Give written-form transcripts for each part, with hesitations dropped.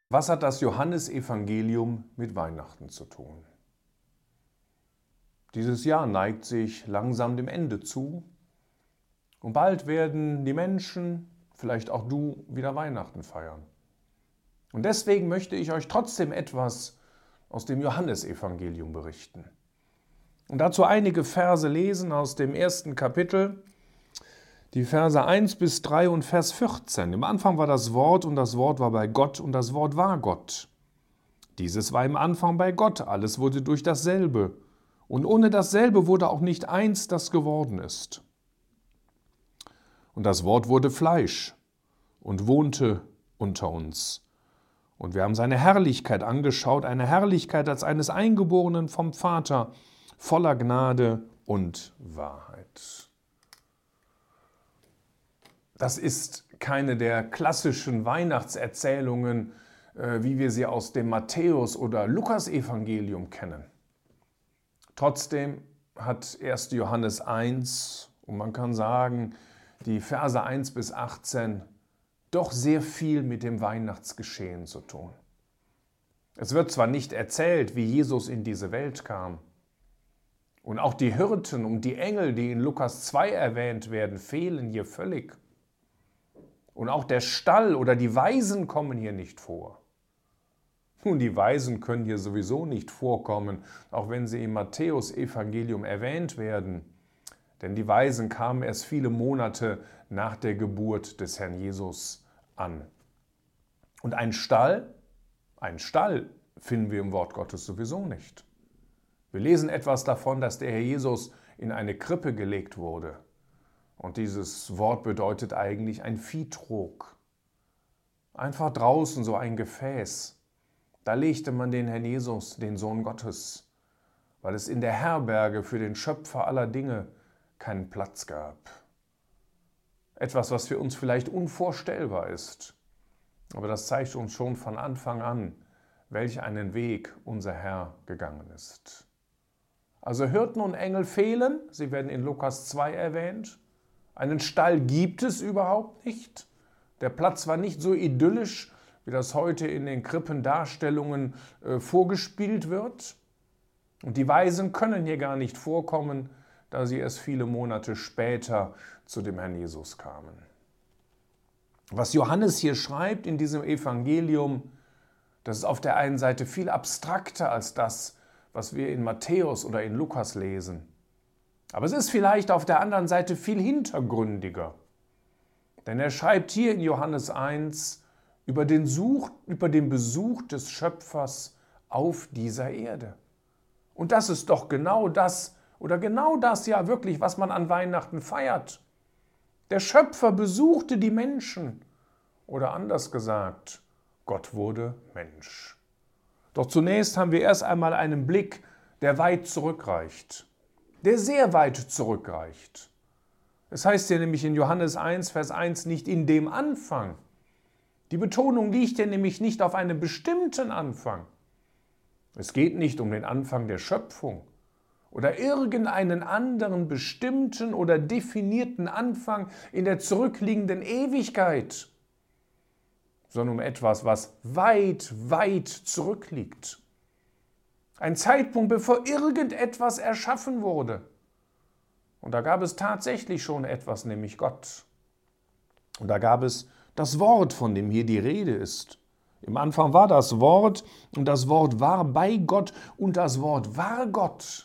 Was hat das Johannesevangelium mit Weihnachten zu tun? Dieses Jahr neigt sich langsam dem Ende zu und bald werden die Menschen, vielleicht auch du, wieder Weihnachten feiern. Und deswegen möchte ich euch trotzdem etwas aus dem Johannesevangelium berichten. Und dazu einige Verse lesen aus dem 1. Kapitel, die Verse 1 bis 3 und Vers 14. Im Anfang war das Wort und das Wort war bei Gott und das Wort war Gott. Dieses war im Anfang bei Gott, alles wurde durch dasselbe. Und ohne dasselbe wurde auch nicht eins, das geworden ist. Und das Wort wurde Fleisch und wohnte unter uns. Und wir haben seine Herrlichkeit angeschaut, eine Herrlichkeit als eines Eingeborenen vom Vater, voller Gnade und Wahrheit. Das ist keine der klassischen Weihnachtserzählungen, wie wir sie aus dem Matthäus- oder Lukas-Evangelium kennen. Trotzdem hat 1. Johannes 1, und man kann sagen, die Verse 1 bis 18, doch sehr viel mit dem Weihnachtsgeschehen zu tun. Es wird zwar nicht erzählt, wie Jesus in diese Welt kam, und auch die Hirten und die Engel, die in Lukas 2 erwähnt werden, fehlen hier völlig. Und auch der Stall oder die Weisen kommen hier nicht vor. Nun, die Weisen können hier sowieso nicht vorkommen, auch wenn sie im Matthäus-Evangelium erwähnt werden. Denn die Weisen kamen erst viele Monate nach der Geburt des Herrn Jesus an. Und einen Stall finden wir im Wort Gottes sowieso nicht. Wir lesen etwas davon, dass der Herr Jesus in eine Krippe gelegt wurde. Und dieses Wort bedeutet eigentlich ein Viehtrog. Einfach draußen so ein Gefäß. Da legte man den Herrn Jesus, den Sohn Gottes, weil es in der Herberge für den Schöpfer aller Dinge keinen Platz gab. Etwas, was für uns vielleicht unvorstellbar ist. Aber das zeigt uns schon von Anfang an, welch einen Weg unser Herr gegangen ist. Also Hirten und Engel fehlen, sie werden in Lukas 2 erwähnt. Einen Stall gibt es überhaupt nicht. Der Platz war nicht so idyllisch, wie das heute in den Krippendarstellungen vorgespielt wird. Und die Weisen können hier gar nicht vorkommen, da sie erst viele Monate später zu dem Herrn Jesus kamen. Was Johannes hier schreibt in diesem Evangelium, das ist auf der einen Seite viel abstrakter als das, was wir in Matthäus oder in Lukas lesen. Aber es ist vielleicht auf der anderen Seite viel hintergründiger. Denn er schreibt hier in Johannes 1 über den Besuch des Schöpfers auf dieser Erde. Und das ist doch genau das ja wirklich, was man an Weihnachten feiert. Der Schöpfer besuchte die Menschen. Oder anders gesagt, Gott wurde Mensch. Doch zunächst haben wir erst einmal einen Blick, der weit zurückreicht. Der sehr weit zurückreicht. Es heißt hier nämlich in Johannes 1, Vers 1 nicht in dem Anfang. Die Betonung liegt hier nämlich nicht auf einem bestimmten Anfang. Es geht nicht um den Anfang der Schöpfung oder irgendeinen anderen bestimmten oder definierten Anfang in der zurückliegenden Ewigkeit, sondern um etwas, was weit, weit zurückliegt. Ein Zeitpunkt, bevor irgendetwas erschaffen wurde. Und da gab es tatsächlich schon etwas, nämlich Gott. Und da gab es das Wort, von dem hier die Rede ist. Im Anfang war das Wort und das Wort war bei Gott und das Wort war Gott.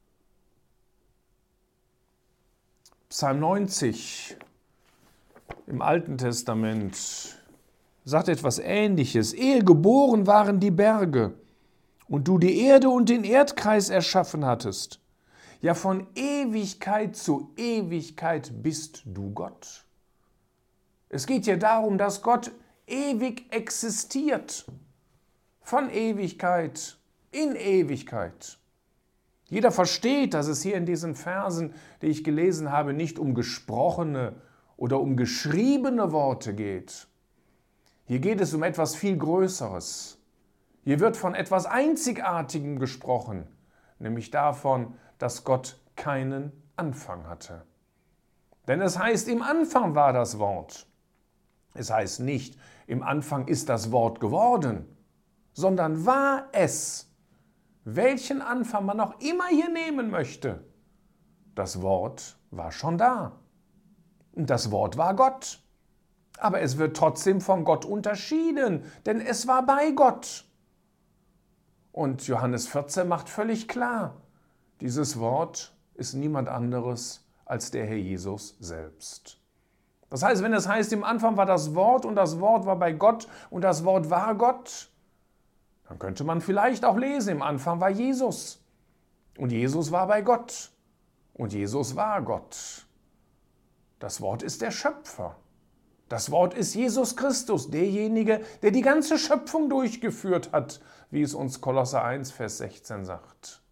Psalm 90 im Alten Testament sagt etwas Ähnliches. Ehe geboren waren die Berge und du die Erde und den Erdkreis erschaffen hattest. Ja, von Ewigkeit zu Ewigkeit bist du Gott. Es geht hier darum, dass Gott ewig existiert. Von Ewigkeit in Ewigkeit. Jeder versteht, dass es hier in diesen Versen, die ich gelesen habe, nicht um gesprochene oder um geschriebene Worte geht. Hier geht es um etwas viel Größeres. Hier wird von etwas Einzigartigem gesprochen, nämlich davon, dass Gott keinen Anfang hatte. Denn es heißt, im Anfang war das Wort. Es heißt nicht, im Anfang ist das Wort geworden, sondern war es. Welchen Anfang man auch immer hier nehmen möchte, das Wort war schon da. Und das Wort war Gott. Aber es wird trotzdem von Gott unterschieden, denn es war bei Gott. Und Johannes 14 macht völlig klar, dieses Wort ist niemand anderes als der Herr Jesus selbst. Das heißt, wenn es heißt, im Anfang war das Wort und das Wort war bei Gott und das Wort war Gott, dann könnte man vielleicht auch lesen, im Anfang war Jesus und Jesus war bei Gott und Jesus war Gott. Das Wort ist der Schöpfer. Das Wort ist Jesus Christus, derjenige, der die ganze Schöpfung durchgeführt hat, wie es uns Kolosser 1, Vers 16 sagt.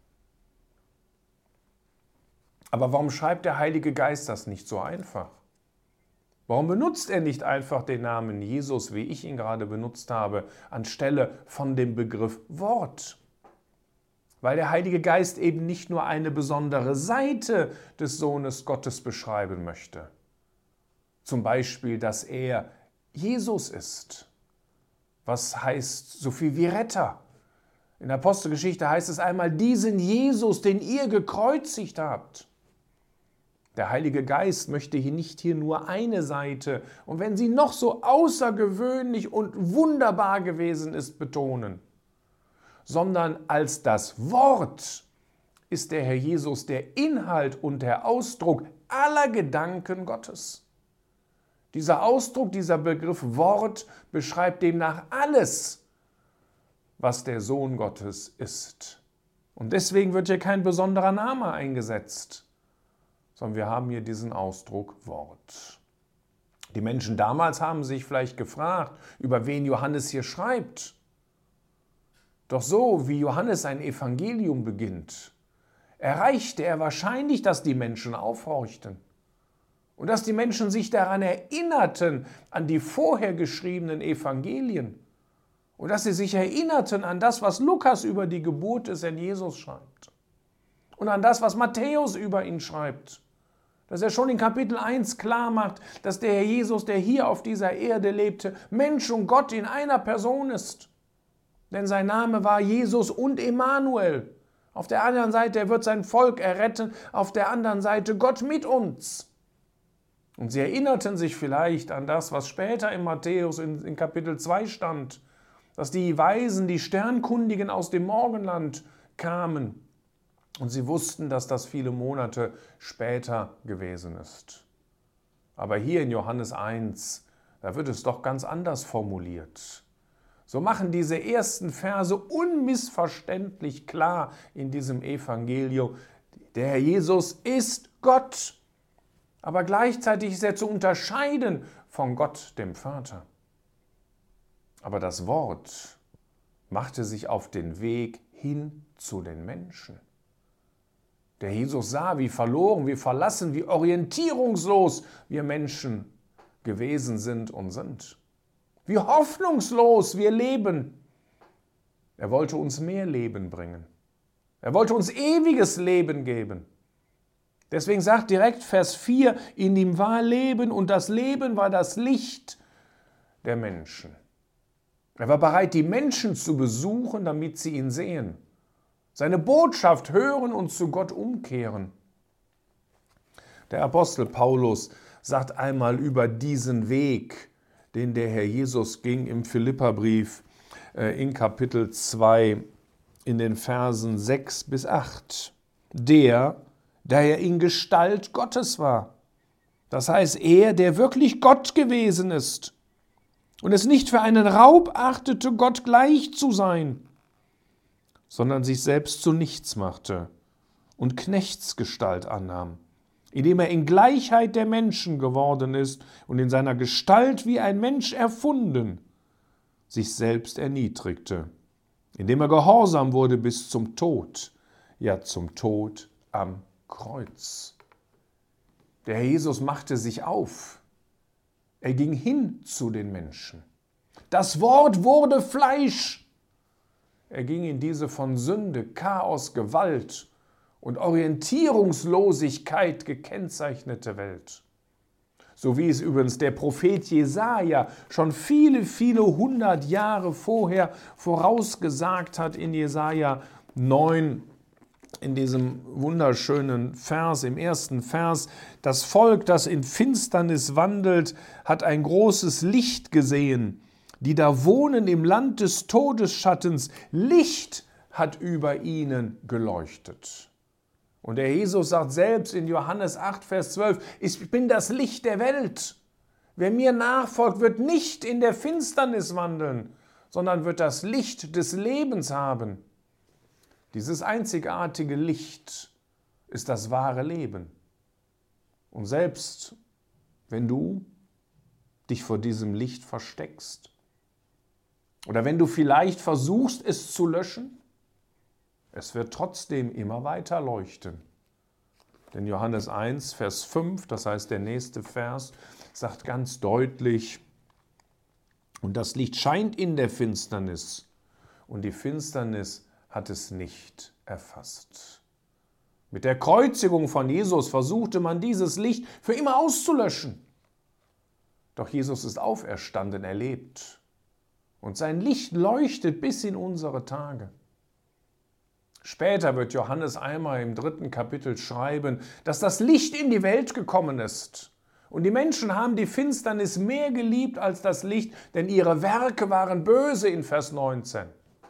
Aber warum schreibt der Heilige Geist das nicht so einfach? Warum benutzt er nicht einfach den Namen Jesus, wie ich ihn gerade benutzt habe, anstelle von dem Begriff Wort? Weil der Heilige Geist eben nicht nur eine besondere Seite des Sohnes Gottes beschreiben möchte. Zum Beispiel, dass er Jesus ist. Was heißt so viel wie Retter? In der Apostelgeschichte heißt es einmal, diesen Jesus, den ihr gekreuzigt habt. Der Heilige Geist möchte hier nicht nur eine Seite und wenn sie noch so außergewöhnlich und wunderbar gewesen ist, betonen, sondern als das Wort ist der Herr Jesus der Inhalt und der Ausdruck aller Gedanken Gottes. Dieser Ausdruck, dieser Begriff Wort beschreibt demnach alles, was der Sohn Gottes ist. Und deswegen wird hier kein besonderer Name eingesetzt, sondern wir haben hier diesen Ausdruck Wort. Die Menschen damals haben sich vielleicht gefragt, über wen Johannes hier schreibt. Doch so wie Johannes ein Evangelium beginnt, erreichte er wahrscheinlich, dass die Menschen aufhorchten. Und dass die Menschen sich daran erinnerten, an die vorher geschriebenen Evangelien. Und dass sie sich erinnerten an das, was Lukas über die Geburt des Herrn Jesus schreibt. Und an das, was Matthäus über ihn schreibt. Dass er schon in Kapitel 1 klar macht, dass der Herr Jesus, der hier auf dieser Erde lebte, Mensch und Gott in einer Person ist. Denn sein Name war Jesus und Emmanuel. Auf der anderen Seite, er wird sein Volk erretten, auf der anderen Seite Gott mit uns. Und sie erinnerten sich vielleicht an das, was später in Matthäus in Kapitel 2 stand, dass die Weisen, die Sternkundigen aus dem Morgenland kamen und sie wussten, dass das viele Monate später gewesen ist. Aber hier in Johannes 1, da wird es doch ganz anders formuliert. So machen diese ersten Verse unmissverständlich klar in diesem Evangelium, der Herr Jesus ist Gott. Aber gleichzeitig ist er zu unterscheiden von Gott, dem Vater. Aber das Wort machte sich auf den Weg hin zu den Menschen. Der Jesus sah, wie verloren, wie verlassen, wie orientierungslos wir Menschen gewesen sind und sind. Wie hoffnungslos wir leben. Er wollte uns mehr Leben bringen. Er wollte uns ewiges Leben geben. Deswegen sagt direkt Vers 4, in ihm war Leben und das Leben war das Licht der Menschen. Er war bereit, die Menschen zu besuchen, damit sie ihn sehen, seine Botschaft hören und zu Gott umkehren. Der Apostel Paulus sagt einmal über diesen Weg, den der Herr Jesus ging im Philipperbrief in Kapitel 2 in den Versen 6 bis 8. Da er in Gestalt Gottes war. Das heißt, er, der wirklich Gott gewesen ist und es nicht für einen Raub achtete, Gott gleich zu sein, sondern sich selbst zu nichts machte und Knechtsgestalt annahm, indem er in Gleichheit der Menschen geworden ist und in seiner Gestalt wie ein Mensch erfunden, sich selbst erniedrigte, indem er gehorsam wurde bis zum Tod, ja zum Tod am Kreuz. Der Herr Jesus machte sich auf. Er ging hin zu den Menschen. Das Wort wurde Fleisch. Er ging in diese von Sünde, Chaos, Gewalt und Orientierungslosigkeit gekennzeichnete Welt. So wie es übrigens der Prophet Jesaja schon viele, viele hundert Jahre vorher vorausgesagt hat in Jesaja 9, in diesem wunderschönen Vers, im ersten Vers: Das Volk, das in Finsternis wandelt, hat ein großes Licht gesehen. Die da wohnen im Land des Todesschattens, Licht hat über ihnen geleuchtet. Und der Jesus sagt selbst in Johannes 8, Vers 12, ich bin das Licht der Welt. Wer mir nachfolgt, wird nicht in der Finsternis wandeln, sondern wird das Licht des Lebens haben. Dieses einzigartige Licht ist das wahre Leben. Und selbst wenn du dich vor diesem Licht versteckst oder wenn du vielleicht versuchst, es zu löschen, es wird trotzdem immer weiter leuchten. Denn Johannes 1, Vers 5, das heißt der nächste Vers, sagt ganz deutlich: Und das Licht scheint in der Finsternis, und die Finsternis hat es nicht erfasst. Mit der Kreuzigung von Jesus versuchte man dieses Licht für immer auszulöschen. Doch Jesus ist auferstanden, er lebt. Und sein Licht leuchtet bis in unsere Tage. Später wird Johannes einmal im 3. Kapitel schreiben, dass das Licht in die Welt gekommen ist. Und die Menschen haben die Finsternis mehr geliebt als das Licht, denn ihre Werke waren böse in Vers 19.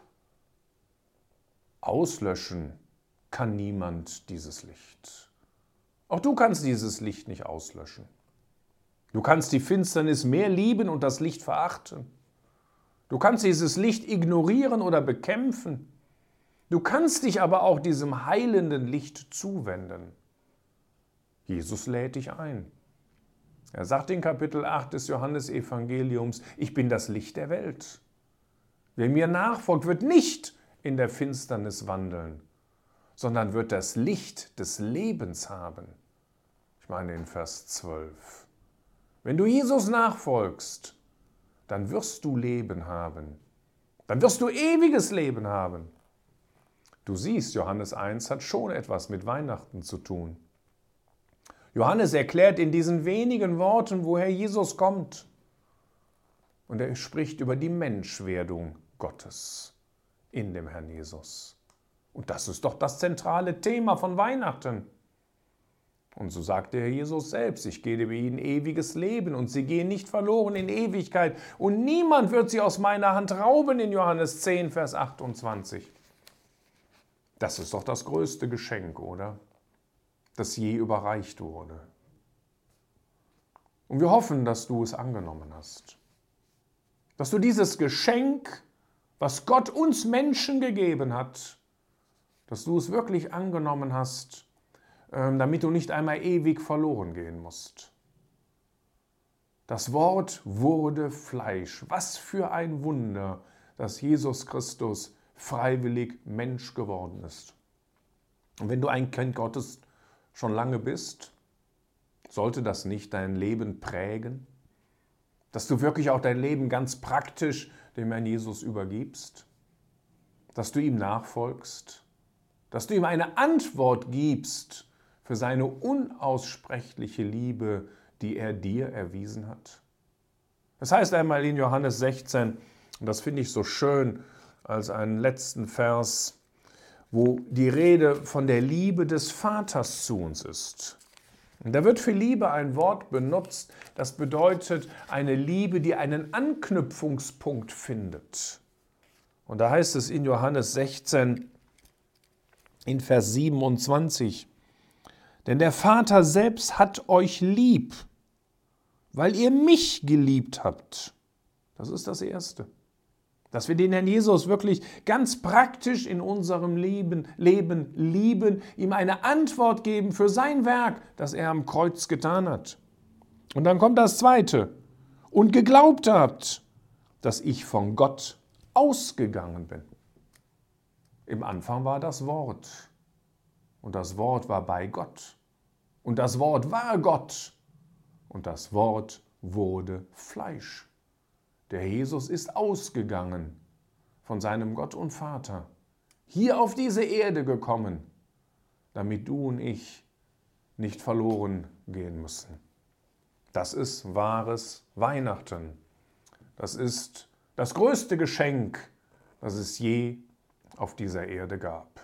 Auslöschen kann niemand dieses Licht. Auch du kannst dieses Licht nicht auslöschen. Du kannst die Finsternis mehr lieben und das Licht verachten. Du kannst dieses Licht ignorieren oder bekämpfen. Du kannst dich aber auch diesem heilenden Licht zuwenden. Jesus lädt dich ein. Er sagt in Kapitel 8 des Johannesevangeliums: Ich bin das Licht der Welt. Wer mir nachfolgt, wird nicht in der Finsternis wandeln, sondern wird das Licht des Lebens haben. Ich meine in Vers 12. Wenn du Jesus nachfolgst, dann wirst du Leben haben. Dann wirst du ewiges Leben haben. Du siehst, Johannes 1 hat schon etwas mit Weihnachten zu tun. Johannes erklärt in diesen wenigen Worten, woher Jesus kommt. Und er spricht über die Menschwerdung Gottes in dem Herrn Jesus. Und das ist doch das zentrale Thema von Weihnachten. Und so sagt der Herr Jesus selbst: Ich gebe ihnen ewiges Leben und sie gehen nicht verloren in Ewigkeit und niemand wird sie aus meiner Hand rauben in Johannes 10, Vers 28. Das ist doch das größte Geschenk, oder? Das je überreicht wurde. Und wir hoffen, dass du es angenommen hast. Dass du dieses Geschenk, was Gott uns Menschen gegeben hat, dass du es wirklich angenommen hast, damit du nicht einmal ewig verloren gehen musst. Das Wort wurde Fleisch. Was für ein Wunder, dass Jesus Christus freiwillig Mensch geworden ist. Und wenn du ein Kind Gottes schon lange bist, sollte das nicht dein Leben prägen? Dass du wirklich auch dein Leben ganz praktisch dem Herrn Jesus übergibst? Dass du ihm nachfolgst? Dass du ihm eine Antwort gibst für seine unaussprechliche Liebe, die er dir erwiesen hat? Das heißt einmal in Johannes 16, und das finde ich so schön, als einen letzten Vers, wo die Rede von der Liebe des Vaters zu uns ist. Und da wird für Liebe ein Wort benutzt, das bedeutet eine Liebe, die einen Anknüpfungspunkt findet. Und da heißt es in Johannes 16, in Vers 27, denn der Vater selbst hat euch lieb, weil ihr mich geliebt habt. Das ist das Erste. Dass wir den Herrn Jesus wirklich ganz praktisch in unserem Leben lieben, ihm eine Antwort geben für sein Werk, das er am Kreuz getan hat. Und dann kommt das Zweite. Und geglaubt habt, dass ich von Gott ausgegangen bin. Im Anfang war das Wort. Und das Wort war bei Gott. Und das Wort war Gott. Und das Wort wurde Fleisch. Der Jesus ist ausgegangen von seinem Gott und Vater, hier auf diese Erde gekommen, damit du und ich nicht verloren gehen müssen. Das ist wahres Weihnachten. Das ist das größte Geschenk, das es je auf dieser Erde gab.